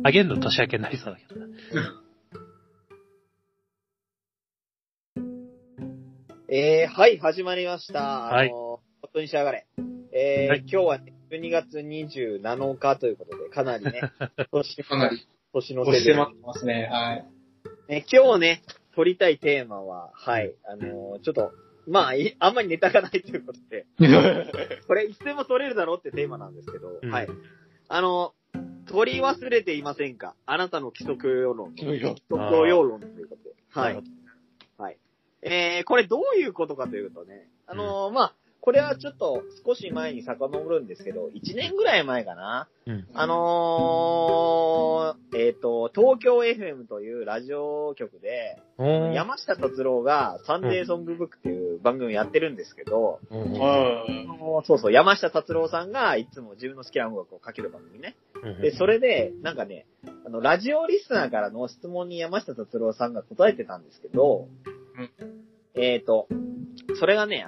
あげるの年明けになりそうだけどな。 はい、始まりました。 はい本当に仕上がれ。 はい今日はね、12月27日ということで、かなりね、 かなり年の押し瀬で、 迫ってますね。はい。 今日ね、取りたいテーマは、はい、ちょっと、まあ、あんまりネタがないということで、これいつでも取れるだろうってテーマなんですけど、 うんはい。取り忘れていませんか？あなたの基礎教養論。基礎教養論ということで。はい。はい。これどういうことかというとね、まあ、これはちょっと少し前に遡るんですけど、1年ぐらい前かな。 うん。 東京 FM というラジオ局で、山下達郎がサンデーソングブックっていう番組をやってるんですけど、そうそう、山下達郎さんがいつも自分の好きな音楽をかける番組ね。で、それで、なんかね、ラジオリスナーからの質問に山下達郎さんが答えてたんですけど、それがね、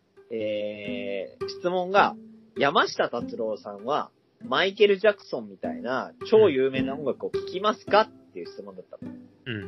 質問が、山下達郎さんは、マイケル・ジャクソンみたいな超有名な音楽を聴きますかっていう質問だったの。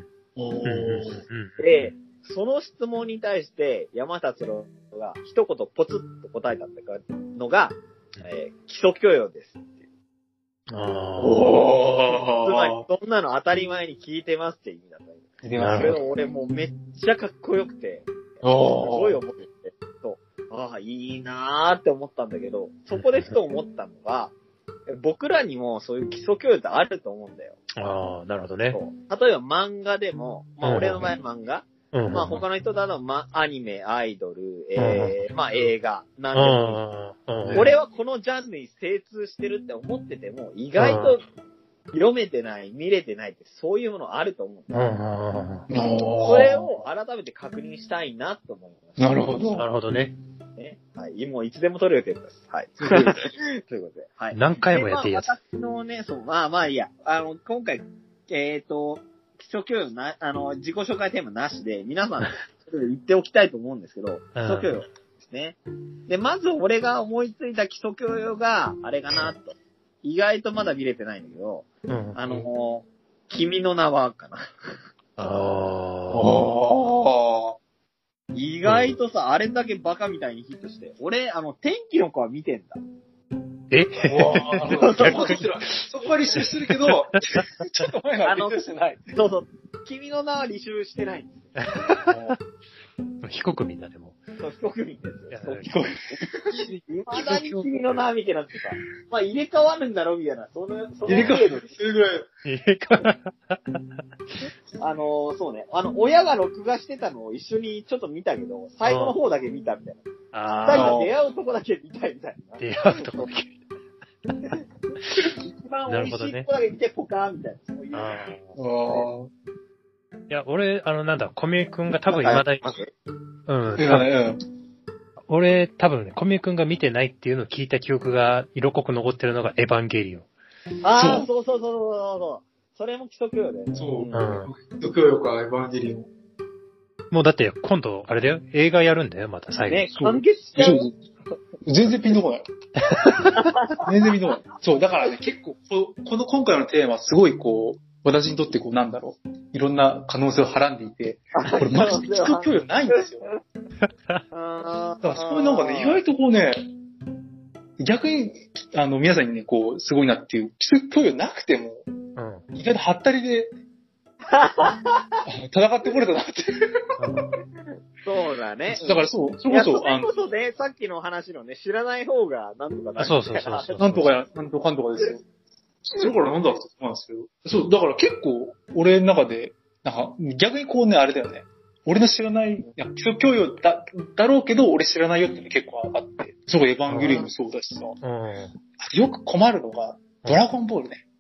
で、その質問に対して、山下達郎が一言ポツッと答えたのが、基礎教養です。つまり、そんなの当たり前に聞いてますって意味だったんです。それを俺もうめっちゃかっこよくて、すごい思ってて、ああ、いいなーって思ったんだけど、そこでふと思ったのが、僕らにもそういう基礎教養ってあると思うんだよ。 ああ、なるほどね。 例えば漫画でも、まあ俺の場合漫画、まあ他の人だと、アニメ、アイドル、まあ映画、なんでもいい。俺はこのジャンルに精通してるって思ってても、意外と読めてない、見れてないって、そういうものあると思うんだ。それを改めて確認したいなと思います。 なるほど。 なるほどね。 はい。もういつでも取れるテーマです。はい。ということで。はい。 何回もやっていいやつ。 私のね、そう、まあいいや。今回、基礎教養自己紹介テーマなしで、皆さん、言っておきたいと思うんですけど、基礎教養ですね。で、まず俺が思いついた基礎教養が、あれかなと。意外とまだ見れてないんだけど、君の名はかな。意外とさ、あれだけバカみたいにヒットして。俺、天気の子は見てんだ。 そこは履修してるけど、ちょっと前は履修してない。 そうそう。君の名は履修してないんですよ。 非国民だね、もう。そう、非国民ですよ。未だに君の名は見てなくてさ。まあ、入れ替わるんだろ、みたいな。入れ替わるそれぐらい。 入れ替わる。 そうね。親が録画してたのを一緒にちょっと見たけど、最後の方だけ見たみたいな。二人が出会うとこだけ見たいみたいな。 出会うとこだけ。 一番美味しいとこだけ見てポカーンみたいな。そういう。 いや、俺、小宮くんが多分未だに、俺、多分ね、小宮くんが見てないっていうのを聞いた記憶が色濃く残ってるのがエヴァンゲリオン。 そう。それも基礎教養だよね。 そう。基礎教養か、エヴァンゲリオン。 もうだって、今度、あれだよ、映画やるんだよ、また最後。 ね、完結しちゃう。 全然ピンとこない。全然ピンとこない。そう、だからね、結構、今回のテーマ、すごい私にとってなんだろう。いろんな可能性をはらんでいて、これマジで基礎教養ないんですよ。だからそれなんかね、意外と逆に、皆さんにね、すごいなっていう、基礎教養なくても、意外とハッタリで、戦ってこれたなって。 そうだね。 だからそれこそ、 それこそね、さっきの話のね、知らない方がなんとかなる。 そう。 なんとかですよ。それからなんだって思うんですけど。そう、だから結構、俺の中で、なんか、逆にあれだよね。俺の知らない、基礎教養だろうけど、俺知らないよって結構あって。すごいエヴァンゲリオンもそうだしさ。よく困るのが、ドラゴンボールね。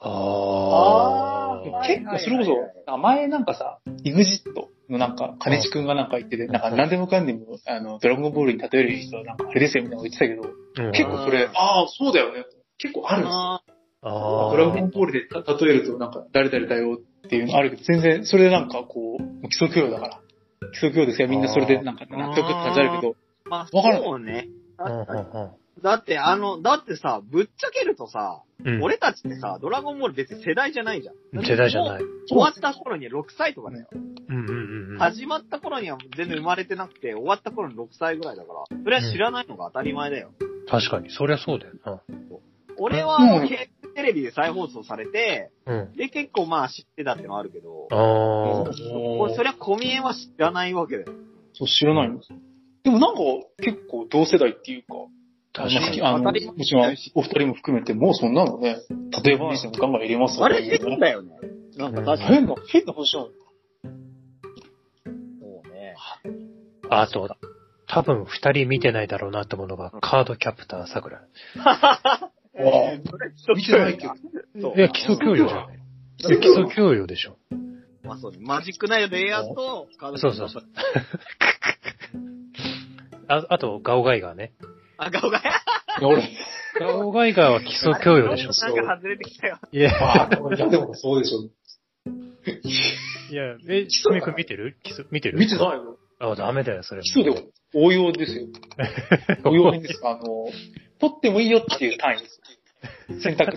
結構それこそ、前なんかさ、EXIT のなんか、金地くんがなんか言ってて、なんか何でもかんでも、ドラゴンボールに例える人はなんかあれですよみたいなの言ってたけど、結構それ、そうだよね。結構あるんですよ。ドラゴンボールで例えるとなんか、誰々だよっていうのあるけど、全然、それでなんか基礎教養だから。基礎教養ですよ。みんなそれでなんか納得って感じあるけど、 わかる。そうね。 だってさ、ぶっちゃけるとさ、 うん。 俺たちってさ、ドラゴンボール別に世代じゃないじゃん。 世代じゃない。 終わった頃に6歳とかだよ。 うんうんうんうん。 始まった頃には全然生まれてなくて、終わった頃に6歳ぐらいだから、それは知らないのが当たり前だよ。 確かに、そりゃそうだよな。 俺は、ケーブルテレビで再放送されて、 うん。 で、結構まあ知ってたってのはあるけど、 ああ。 そりゃコミエは知らないわけだよ。 そう、知らないんです。でもなんか、結構同世代っていうか、 確かに。 もちろん、お二人も含めて、もうそんなのね、例えばにもガンガン入れますあれ変だよね。なんか確かに。 変な星なの。 そうね。 あと、多分二人見てないだろうなってものが、カードキャプター桜。 見てないけど。 いや、基礎教養じゃない。いや、基礎教養でしょ。 まあそうね。マジックナイトでエアーと、 そうそうそう。あと、ガオガイガーね。 あ、ガオガイ俺、 ガオガイガーは基礎教養でしょ。 なんか外れてきたよ。 いや、 いやでもそうでしょ。 いや、すみくん見てる見てる見てないよ。 あ、ダメだよ、それ。 基礎でも応用ですよ。応用編です。取ってもいいよっていう単位です。選択。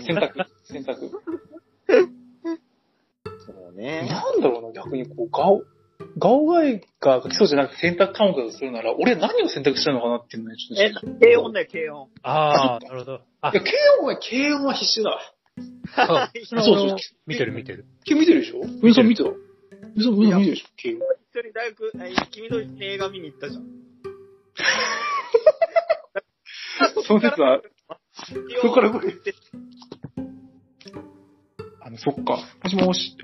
そうね。 なんだろうな、逆にこう、ガオガイが基礎じゃなくて選択科目だとするなら、俺何を選択したのかなっていうのはちょっと。 軽音だよ、軽音。 ああ、なるほど。あ、 いや、軽音は必死だ。 そう。見てる。 君見てるでしょ上さん見てた上さん見てるでしょ軽音。 一緒に大学、君と一緒に映画見に行ったじゃん。 その説は、そこから動いて。そっか。もしもし、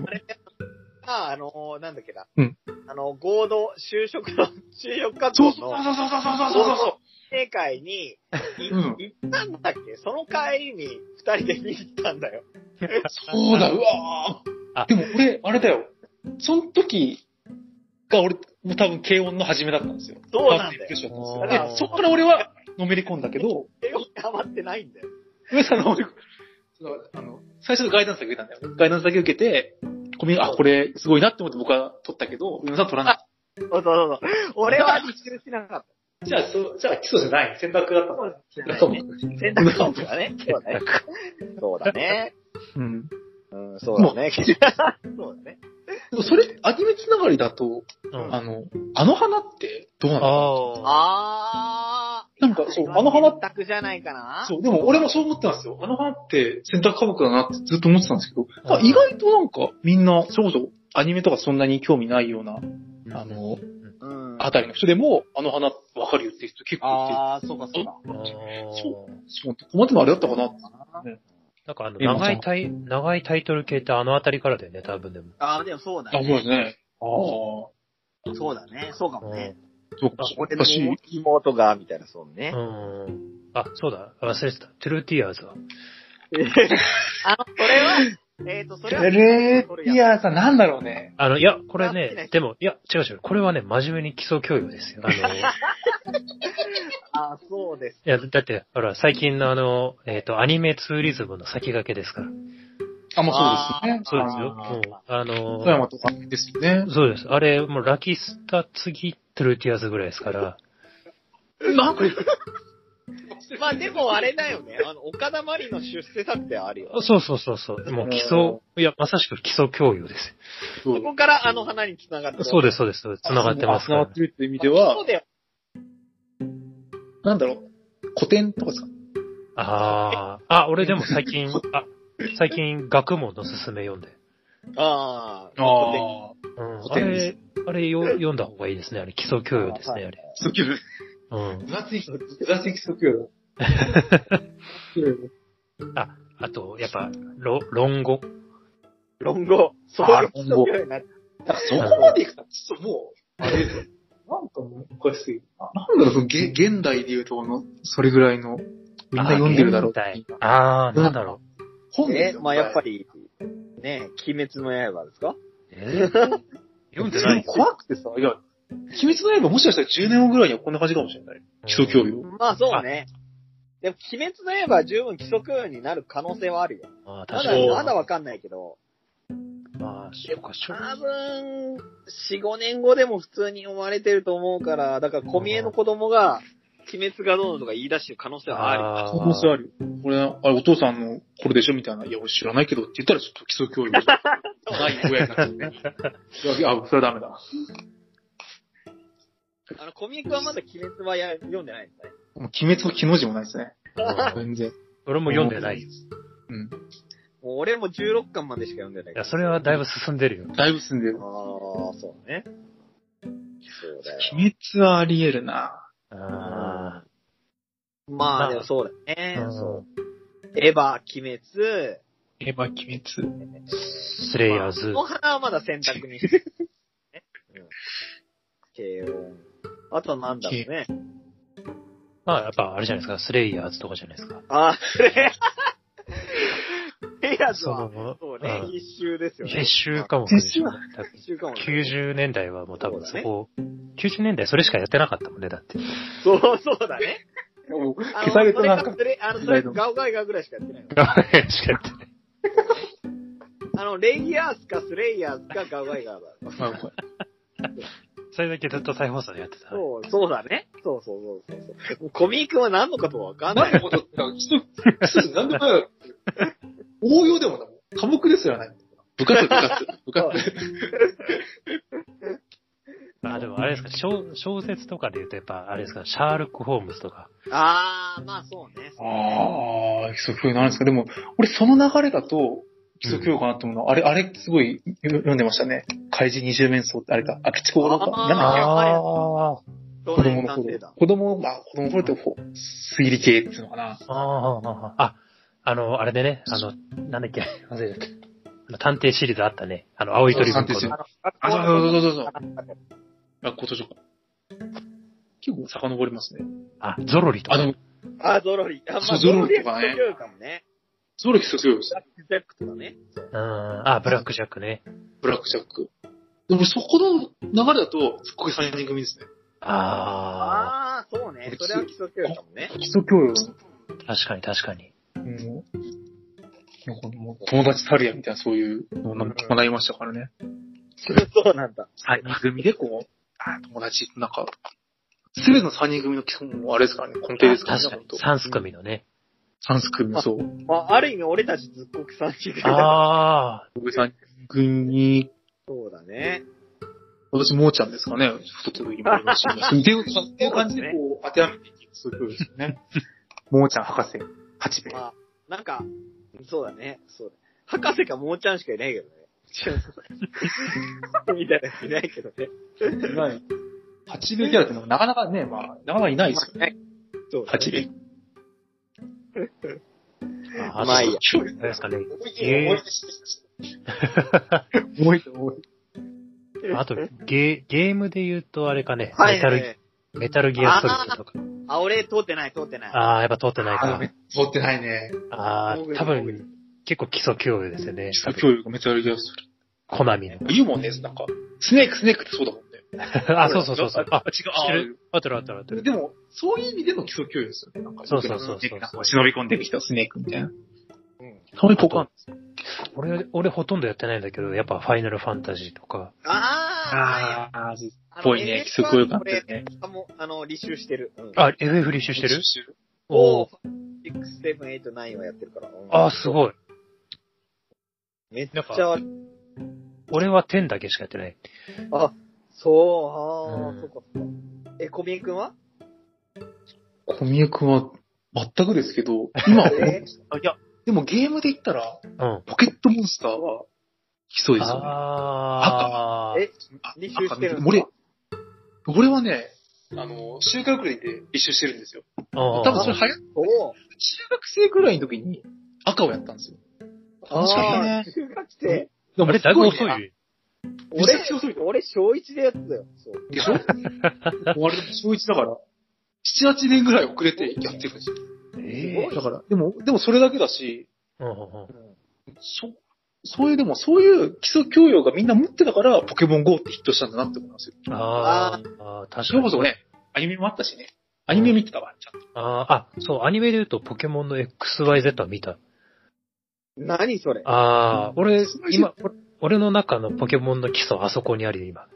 なんだっけな。 うん。 合同、就職活動の、 そう。 正会に行ったんだっけ、その帰りに二人で見に行ったんだよ。 そうだ、うわー。でも俺、あれだよ。その時が俺、もう多分軽音の始めだったんですよ。 そうなんだよ。 で、そっから俺はのめり込んだけど、 軽音ハマってないんだよ。 上さんの最初のガイダンスだけ受けたんだよ。ガイダンスだけ受けて、これすごいなって思って僕は取ったけど、上さん取らなかった。 そう。俺は履修しなかった。 じゃあ基礎じゃない。選択だったの。 選択科目だね。そうだね。 うん。 そうだね。そうだね。 でもそれ、アニメつながりだと、あの花ってどうなの？なんかそう、あの花選択じゃないかな？ そう、でも俺もそう思ってたんですよ。あの花って選択科目だなってずっと思ってたんですけど、意外となんかみんな、それこそアニメとかそんなに興味ないような、あたりの人でも、あの花わかるよって人結構いて。 そうか。 そう。ここまでもあれだったかなって。 なんか長いタイトル系ってあのあたりからだよね、多分でも。 でもそうだね。 そうですね。 そうだね。そうかもね。 そうか、 俺の妹が、みたいな、そうね。 あ、そうだ、忘れてた。トゥルーティアーズは。 それは、それは。 トゥルーティアーズはなんだろうね。 いや、これね、でも、いや、違う。これはね、真面目に基礎教養ですよ。 そうです。 いや、だって、ほら、最近のアニメツーリズムの先駆けですから。 もうそうですね。 そうですよ。もう、 富山とかですよね。 そうです。あれ、もうラキスタ次、トゥルーティアーズぐらいですから。 なんかまあでもあれだよね。岡田まりの出世作ってあるよ。 そう。もう基礎、いや、まさしく基礎教養です。 そこからあの花に繋がってる。 そうです。繋がってますから。 繋がってるっていう意味では、 そうだよ。 なんだろう、古典とかですか？ 俺でも最近学問のすすめ読んで。あれ読んだ方がいいですね。あれ、基礎教養ですね、あれ。 基礎教養。分厚い基礎教養。 あと、やっぱ、論語。 論語。そういう基礎教養になって。 そこまでいくと、もう、あれなんかもう、おかしすぎる。なんだろう、現代で言うと、それぐらいの、みんな読んでるだろう。 なんだろう。 本ですまあやっぱり、ね、鬼滅の刃ですか？ 読んでない。 怖くてさ、いや、鬼滅の刃もしかしたら10年後ぐらいにはこんな感じかもしれない。基礎教養。 まあそうね。でも、鬼滅の刃は十分基礎教養になる可能性はあるよ。 確かに。 まだわかんないけど。多分、4、5年後でも普通に読まれてると思うから、だから、小見えの子供が、 鬼滅がどうのとか言い出してる可能性はある。 可能性ある。俺、あれ、お父さんのこれでしょみたいな。いや、俺知らないけどって言ったらちょっと基礎教育。ない親になっちゃってね。いや、それはダメだ。 コミックはまだ鬼滅は読んでないですね。 もう鬼滅の木の字もないですね。全然。 俺も読んでないです。 うん。 もう俺も16巻までしか読んでない。 いや、それはだいぶ進んでるよ。 だいぶ進んでる。 ああ、そうね。そうだよ。 鬼滅はあり得るな。 まあ、でもそうだね。そう。エヴァ、鬼滅。 エヴァ、鬼滅。 スレイヤーズ。 この花はまだ選択にして。軽音。あとはなんだろうね。 まあ、やっぱあれじゃないですか、スレイヤーズとかじゃないですか。 あ、スレイヤーズは、そうね、必修ですよね。 必修かもしれない。 必修かも。 90年代はもう多分そこ、90年代それしかやってなかったもんね、だって。 そうだね。 消されたなんか。 それガオガイガーぐらいしかやってない。 ガオガイガーしかやってない。 レイヤーズかスレイヤーズかガオガイガーだ。 それだけずっと再放送でやってた。 そうだね。そう。コミックは何のことわかんない。 何のことってなんでもない。応用でもな。科目ですらない。部活。 あ、でもあれですか、小説とかで言うとやっぱあれですか、シャーロック・ホームズとか。 ああ、まあそうね。 基礎教養なんですか。でも、俺その流れだと、基礎教養かなって思うのは、あれすごい読んでましたね。怪人二十面相ってあれか、明智小五郎か。なんだっけ。子供の頃。子供の頃って推理系っていうのかな。 あれでね、なんだっけ、忘れちゃった。探偵シリーズあったね。青い鳥文庫の。 そう。学校図書館。結構遡りますね。 ゾロリとか。 ゾロリ。 ゾロリとかね。ゾロリ基礎教養ですね。 ブラックジャックとかね。 ブラックジャックね。 ブラックジャック。でもそこの流れだと、すっごい3人組ですね。 そうね。それは基礎教養かもね。 基礎教養。 確かに。 友達たるやみたいなそういうのを学びましたからね。 そうなんだ。 3人組で友達、すべての3人組の基本もあれですからね、根底ですからね。 確かに。3組のね。 3組、そう。 ある意味俺たちずっこく3人組。 僕3人組。 そうだね。 私、もーちゃんですかね。太ってる時もありますし。っていう感じでこう、当てはめていく、そういうことですよね。もーちゃん博士、八兵衛。 そうだね。博士かもーちゃんしかいないけどね。みたいな人いないけどね。 いない。八兵衛キャラってなかなかね、なかなかいないですよね。八兵衛。 まあいいや。あれですかね。 重い。 あと、ゲームで言うとあれかね。メタルギアソリッドとか。 俺通ってない。 やっぱ通ってないか。 通ってないね。 多分、結構基礎教養ですよね。 基礎教養がメタルギアソリッド。コナミの。 言うもんね、なんか。スネークってそうだもんね。 そう。違う。あってる。 でも、そういう意味での基礎教養ですよね。 そう。 忍び込んできたスネークみたいな。そういうポカンです。 俺ほとんどやってないんだけど、やっぱファイナルファンタジーとか。 ぽいね、基礎教養感ってね。 履修してる。 FF 履修してる 6、7、8、9はやってるから。 すごい。 めっちゃ。 俺は10だけしかやってない。 そうか。小宮君は小宮君は全くですけど、今いや、でもゲームで言ったら、ポケットモンスターは基礎ですよね。 履修してるんですか？ 俺はね、修学旅で履修してるんですよ。多分それ中学生くらいの時に赤をやったんですよ。楽しかったね。 中学生。 でもあれだいぶ遅い。 俺小1でやってたよ。 でしょ？俺小1だから、7、8年ぐらい遅れてやってるんですよ。だから、でもそれだけだし、そういう基礎教養がみんな持ってたから、ポケモン GO ってヒットしたんだなって思いますよ。 確かに。 それこそね、アニメもあったしね。アニメ見てたわ、ちゃんと。そう、アニメで言うとポケモンの XYZ は見た。 何それ？ 俺の中のポケモンの基礎あそこにあるよ、今。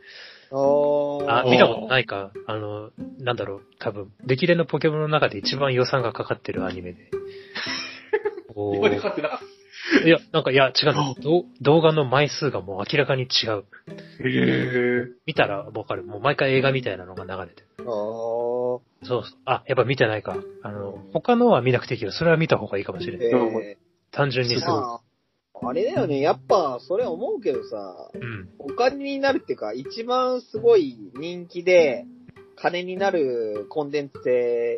見たことないか。なんだろう、多分、歴代のポケモンの中で一番予算がかかってるアニメで。 今でかかってなかった。 いや、違うの。動画の枚数がもう明らかに違う。見たらわかる。もう毎回映画みたいなのが流れてる。そうそう。やっぱ見てないか。他のは見なくていいけど、それは見た方がいいかもしれない。単純にすごい。 あれだよね、やっぱ、それ思うけどさ、お金になるっていうか、一番すごい人気で、金になるコンテンツって、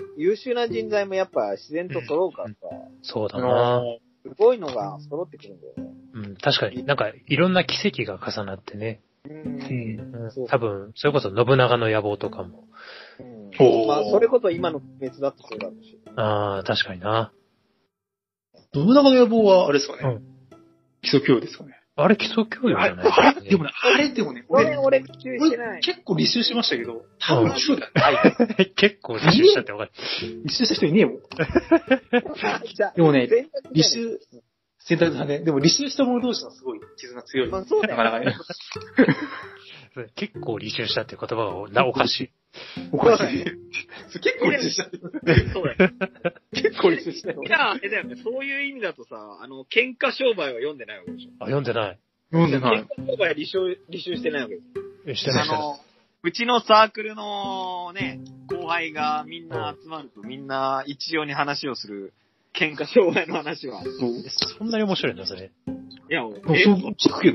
優秀な人材もやっぱ自然と揃うからさ。 そうだな。 すごいのが揃ってくるんだよね。 確かに。いろんな奇跡が重なってね。多分、それこそ信長の野望とかも。 まあ、それこそ今の別だってそうだろうし。 確かにな。 信長の野望は、あれですかね。基礎教養ですかね。 あれ基礎教養じゃないでもね、俺、結構履修しましたけど、多分基礎だよね。 結構履修したって分かる。 履修した人いねえもん。でもね、履修、選択だね。でも履修した者同士のすごい絆強い。 そうだよ。 なかなかね。 結構履修したって言葉がおかしい。 おかしい。結構履修したって。 そうだよ。 結構履修したよ。 いや、あれだよね。そういう意味だとさ、喧嘩商売は読んでないわけでしょ。 読んでない。 読んでない。 喧嘩商売は履修してないわけです。 してない。 うちのサークルのね、後輩がみんな集まるとみんな一様に話をする喧嘩商売の話は。 そんなに面白いんだ、それ。 いや、 そう聞くけど。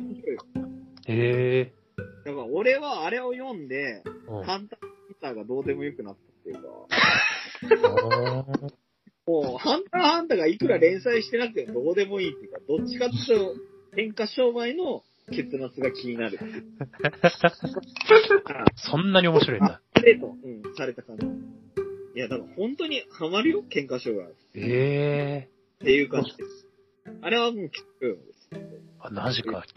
だから俺はあれを読んで、ハンターヒンターがどうでもよくなったっていうか、もうハンターハンターがいくら連載してなくてもどうでもいいっていうか、どっちかっていうと、喧嘩商売の結末が気になる。 そんなに面白いんだ。 された感じ。いや、だから本当にハマるよ、喧嘩商売。っていう感じです。あれはもう結構です。 マジか。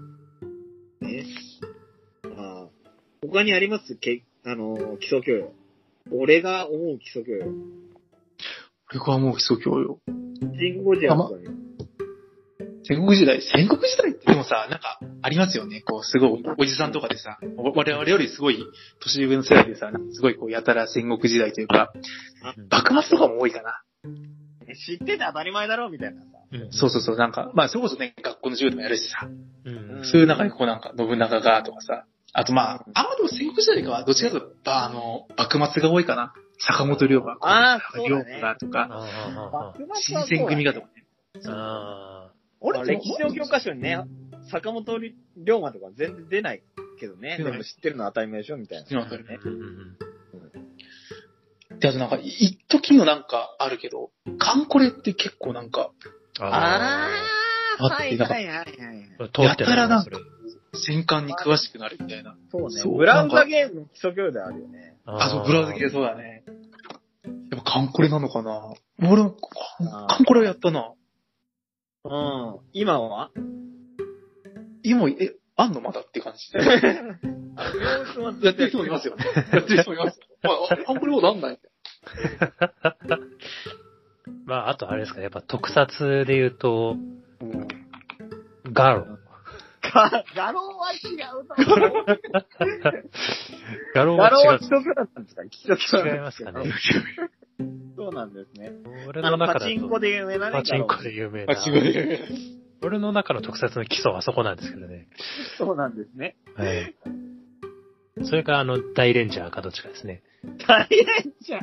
他にあります基礎教養。俺が思う基礎教養。 俺が思う基礎教養。 戦国時代とかね。 戦国時代ってでもさ、なんか、ありますよね。こう、すごい、おじさんとかでさ、我々よりすごい、年上の世代でさ、すごいこう、やたら戦国時代というか、幕末とかも多いかな。 知ってて当たり前だろみたいなさ。 そう、なんか、まあ、それこそね、学校の授業でもやるしさ。そういう中でこうなんか、信長がとかさ。あとまあ、あんまでも戦国時代かは、どっちかというと、幕末が多いかな。坂本龍馬。龍馬がとか、新選組がとかね。 俺、歴史の教科書にね、坂本龍馬とか全然出ないけどね。でも知ってるのは当たり前でしょみたいな。 で、あとなんか、一時のなんかあるけど、カンコレって結構なんか、 はい。 やたらなんか、戦艦に詳しくなるみたいな。 そうね。ブラウザゲームの基礎教養であるよね。 そう、ブラウザゲームそうだね。やっぱカンコレなのかな。俺も、カンコレはやったな。 今はあんのまだって感じで。やってる人もいますよね。やってる人もいます。カンコレもなんないまあ、あとあれですか、やっぱ特撮で言うと、ガロ。 ガロは違うと思う。 ガロは基礎教養だったんですか？基礎教養。 違いますかね。 そうなんですね。 俺の中だとパチンコで有名なね。 パチンコで有名な。俺の中の特撮の基礎はそこなんですけどね。 そうなんですね。 はい。それか大レンジャーかどっちかですね。 大レンジャ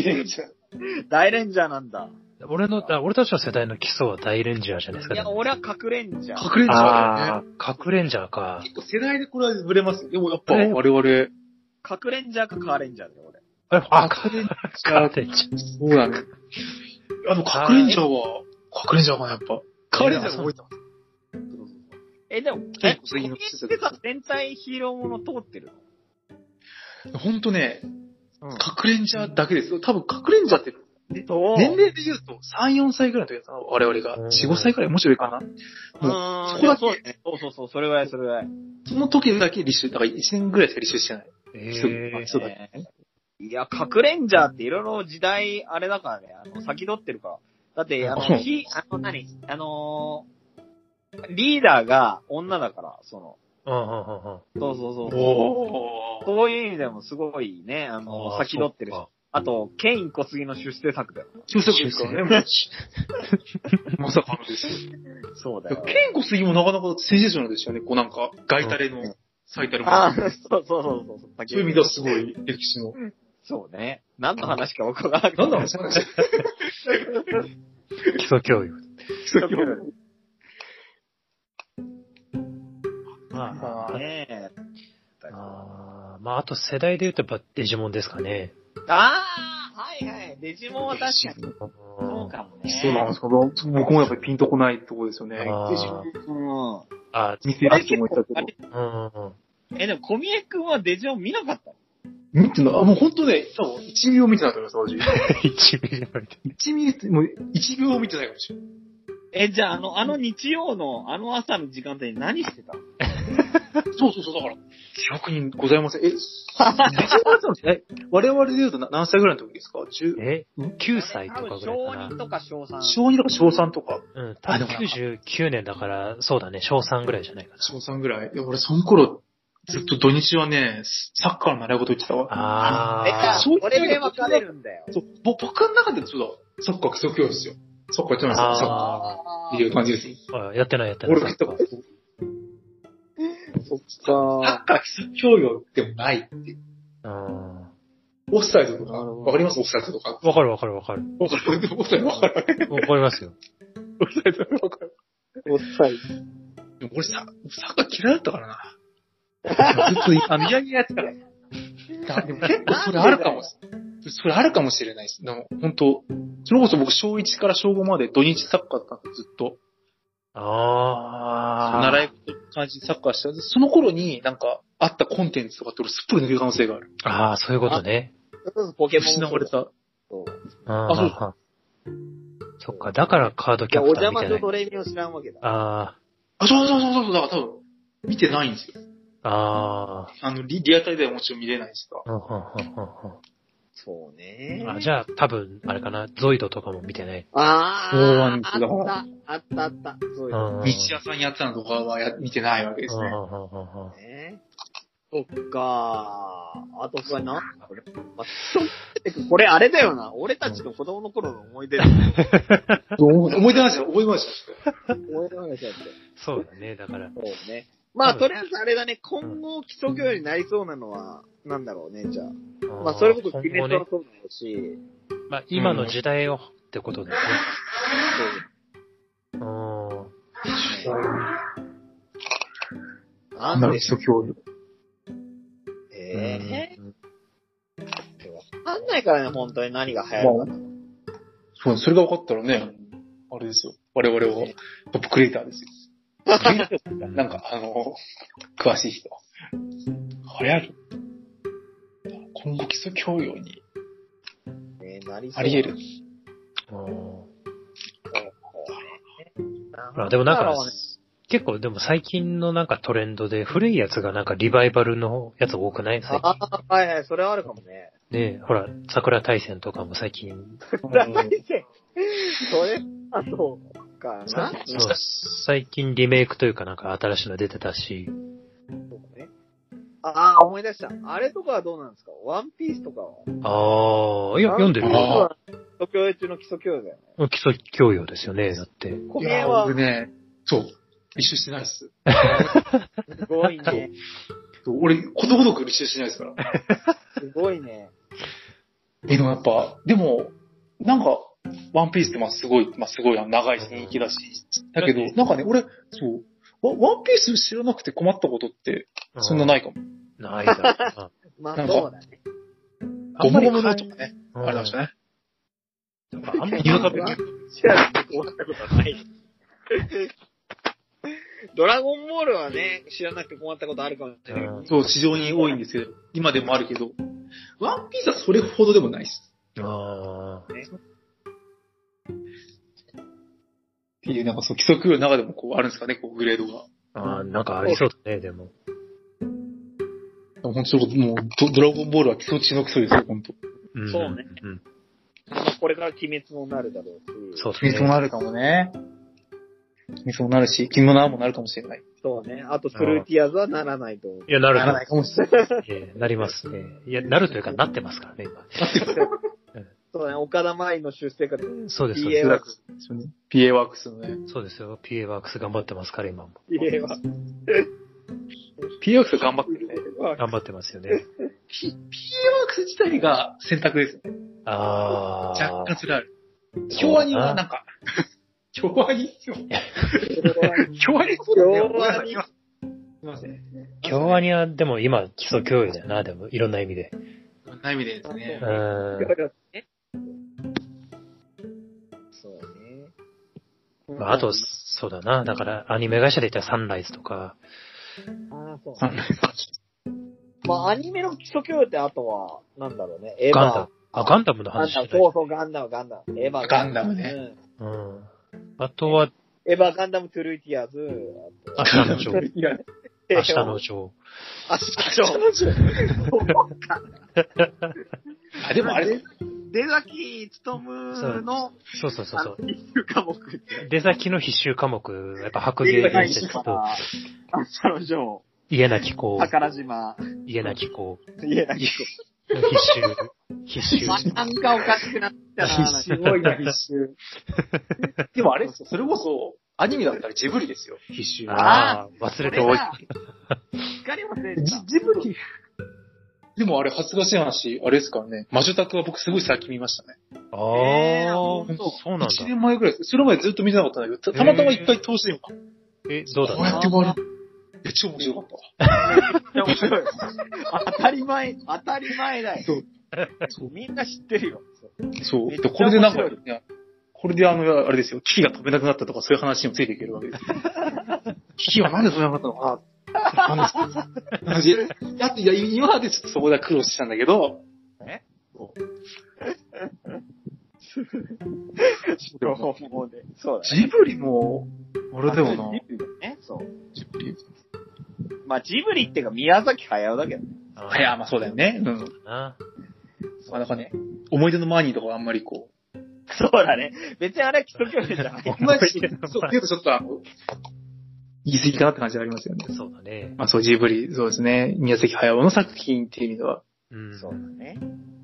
ーなんだ。 俺たちの世代の基礎は大レンジャーじゃないですか、ね。 いや、俺は核レンジャー。 核レンジャーだよね。 核レンジャーか。 結構世代でこれはブレますよ。でもやっぱ我々。 核レンジャーかカーレンジャーだよ、俺。 核レンジャー。そうだね。核レンジャーかな、やっぱ。カーレンジャーが覚えてます。 でも、次の戦隊ヒーローもの通ってるの？ほんとね、核レンジャーだけですよ。多分核レンジャーって、年齢で言うと3、4歳ぐらいの時だったの、我々が。4、5歳ぐらいもしろいかな。 そこだけ。そう、それぐらい。 その時だけ履修、だから1年ぐらいしか履修してない。そうだね。 いや、核レンジャーっていろいろ時代、あれだからね、先取ってるから。だって、リーダーが女だから、 そうそうそう。 おー。 そういう意味でもすごいね、先取ってるし。あと、ケイン小杉の出世作だよ。 出世作ですからね、まさかのですよ。 そうだよ。 ケイン小杉もなかなかセンセーショナルでしたよね。こうなんか、ガイタレの最たるもの。 ああ、そうそうそう。 そういう意味ではすごい歴史の。 そうね。何の話か分からなくて。 何の話なんですか基礎教育。 基礎教育。 まあ、 ねえ。 あと世代で言うとやっぱデジモンですかね。 ああ、はいはい。デジモンは確かに。そうかもね。 そうなんですけど、僕もやっぱりピンとこないとこですよね。デジモン。見せると思ったけど。 でも小宮君はデジモン見なかったの？ 見てない。もうほんとね、多分1秒見てないと思います、私。 1秒見てない。 1秒見てないかもしれない。 じゃあ、日曜の、朝の時間帯に何してたの？ そう、だから、記憶にございません。我々で言うと何歳ぐらいの時ですか ？9歳とかぐらいかな。 小2とか小3。 小2とか小3とか。 うん、多分99年だから、そうだね、小3ぐらいじゃないかな。 小3ぐらい。いや、俺その頃、ずっと土日はね、サッカーの習い事行ってたわ。 これで分かれるんだよ。 そう、僕の中でそうだ、サッカー基礎教養ですよ。サッカーやってないですよ、サッカー。っていう感じです。 やってない。 俺が言ったこと。そっか。サッカー基礎教養でもないっていう。オフサイドとか、わかりますオフサイドとか。 わかる。 オフサイドわかる。わかりますよ。 オフサイドわかる。オフサイド。でも俺サッカー嫌いだったからな。ずっと、嫌々やってたから。でも結構それあるかもしれないです。でも、本当それこそ僕小1から小5まで土日サッカーだったんですずっと。習い事感じでサッカーしてた。その頃になんか、あったコンテンツとかって俺すっぽり抜ける可能性がある。 そういうことね。 ポケモン。 失われた。 そう。そっか、だからカードキャプターみたいな。 お邪魔とドレミを知らんわけだ。 そう、だから多分、見てないんですよ。リアタイではもちろん見れないですか。 そうね。 じゃあ、多分、あれかな、ゾイドとかも見てない。 そうなんですよ。 あった。ゾイド。 日夜さんやったのとかは見てないわけですね。 そっかー。あと、これあれだよな。俺たちの子供の頃の思い出だ。 思い出ました。 そうだね、だから。 そうね。まあ、とりあえずあれだね、今後基礎教養になりそうなのは、なんだろうね、じゃあ。まあ、それこそ鬼滅はそうだろうし。 まあ、今の時代をってことだよね。 なんだろう、基礎教養。 わかんないからね、本当に何が流行るか。 そう、それが分かったらね、あれですよ。我々はトップクリエイターですよ。なんか、詳しい人。流行る。今後基礎教養に、あり得る。 でもなんか、結構でも最近のなんかトレンドで古いやつがなんかリバイバルのやつ多くない最近。 はい、それはあるかもね。 ねほら、桜大戦とかも最近。 桜大戦それ、そうかな。 最近リメイクというかなんか新しいの出てたし。 そうね。思い出した。あれとかはどうなんですか？ワンピースとかは。 読んでるよ。基礎教養中の基礎教養だよね。 基礎教養ですよね、だって。 小宮は。 俺ね、そう。履修してないっす。 すごいね。 俺、ことごとく履修してないですから。 すごいね。 でもやっぱ、なんか、ワンピースってすごい長いし人気だし。だけど、なんかね、俺、そう、ワンピース知らなくて困ったことって、そんなないかも。 ないだ。 まあ、そうだね。 ゴムゴムのとかね。ありましたね。 あんまり言うたべき。 知らなくて困ったことはない。ドラゴンボールはね、知らなくて困ったことあるかもしれない。 そう、市場に多いんですけど、今でもあるけど、ワンピースはそれほどでもないです。っていう、なんか基礎教養の中でもあるんですかね、グレードが。 なんかありそうだね、でも。 本当もう、ドラゴンボールは基礎中の基礎ですよ、本当。 そうね。これから鬼滅もなるだろうし。 そうですね。鬼滅もなるかもね。 そうなるし、君の名もなるかもしれない。 そうね。あと、トゥルーティアーズはならないと。 いや、なるならないかもしれない。 なりますね。いや、なるというか、なってますからね、今。 そうね。岡田舞の出世が、 そうです、そう PA です。 ワークス。 PA ワークスのね。 そうですよ。PA ワークス頑張ってますから、今も。 PA ワークス。 PA ワークス頑張ってるね。 頑張ってますよね。 PA ワークス自体が選択ですね。 あー。 若干それある。京アニはなんか、京アニ京アニそうだね。 京アニ。 すいません。 京アニは、でも今、基礎教養だよな、でも、いろんな意味で。 いろんな意味でですね。 そうね。 まあ、あと、そうだな。だから、アニメ会社で言ったらサンライズとか。 ああ、そう。まあ、アニメの基礎教養ってあとは、なんだろうね。エヴァ。 ガンダム。あ、ガンダムの話じゃない。 そうそう、ガンダム。エヴァ。 ガンダムね。 うん。あとは、 エヴァ、ガンダム、トゥルーティアーズ。 明日のジョー。 いや、 明日のジョー。 明日のジョー。そうか。 あ、でもあれ、 出崎努の、 そう。 必修科目って。 出崎の必修科目、やっぱ白芸伝説と、 明日のジョー。 家なき子。 宝島。 家なき子。 家なき子。 必修。 なんかおかしくなったな。 すごいな、必修。でもあれですよ、それこそ、アニメだったらジブリですよ、必修。 ああ、忘れておいた。 しっかり忘れてた。 ジブリ。でもあれ、恥ずかしい話、あれですからね。魔女宅は僕すごい最近見ましたね。 ああ、そうなんだ。 1年前ぐらいです。それまでずっと見てなかったんだけど、たまたま一回通してみた。 どうだった？ こうやって終わる。超面白かったわ。 面白い。当たり前だよ。 そう。 みんな知ってるよ。 そう。これでなんか、これであれですよ、機器が飛べなくなったとかそういう話にもついていけるわけです。機器はなんで飛べなかったのかななんですかいや、今までちょっとそこで苦労したんだけど、 そうだね。 ジブリも、俺でもな。 ジブリね、そう。ジブリ。まあ、ジブリっていうか宮崎駿だけどね。 いや、まあそうだよね。うん。まあなんかね、思い出のマーニーとかあんまりこう。 そうだね。別にあれは基礎教育じゃない。 あんまり、そう、けどちょっと言い過ぎかなって感じがありますよね。 そうだね。 まあそう、ジブリ、そうですね。宮崎駿の作品っていう意味では。 そうだね。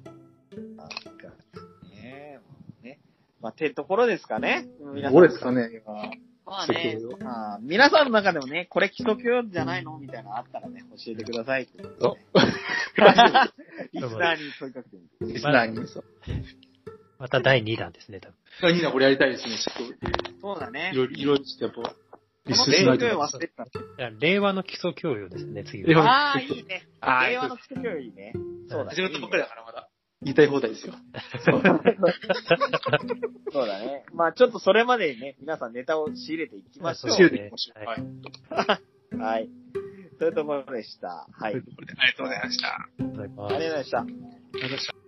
まあ、ってところですかね。 どうですかね、今。 まあね、皆さんの中でもね、これ基礎教育じゃないのみたいなのあったらね、教えてください。リスナーに問いかけてみて。 リスナーに、そう。 また第2弾ですね、多分。 第2弾これやりたいですね、ちょっと。そうだね。 いろいろしてやっぱ。 リスナーに忘れてた。 令和の基礎教養ですね、次は。 ああ、いいね。令和の基礎教養いいね。 そうだね。始まったばっかりだからまだ。言いたい放題ですよ。 そうだね。まあちょっとそれまでにね、皆さんネタを仕入れていきましょう。 仕入れていきましょう。 はい。はい。というところでした。はい。ありがとうございました。 ありがとうございました。 ありがとうございました。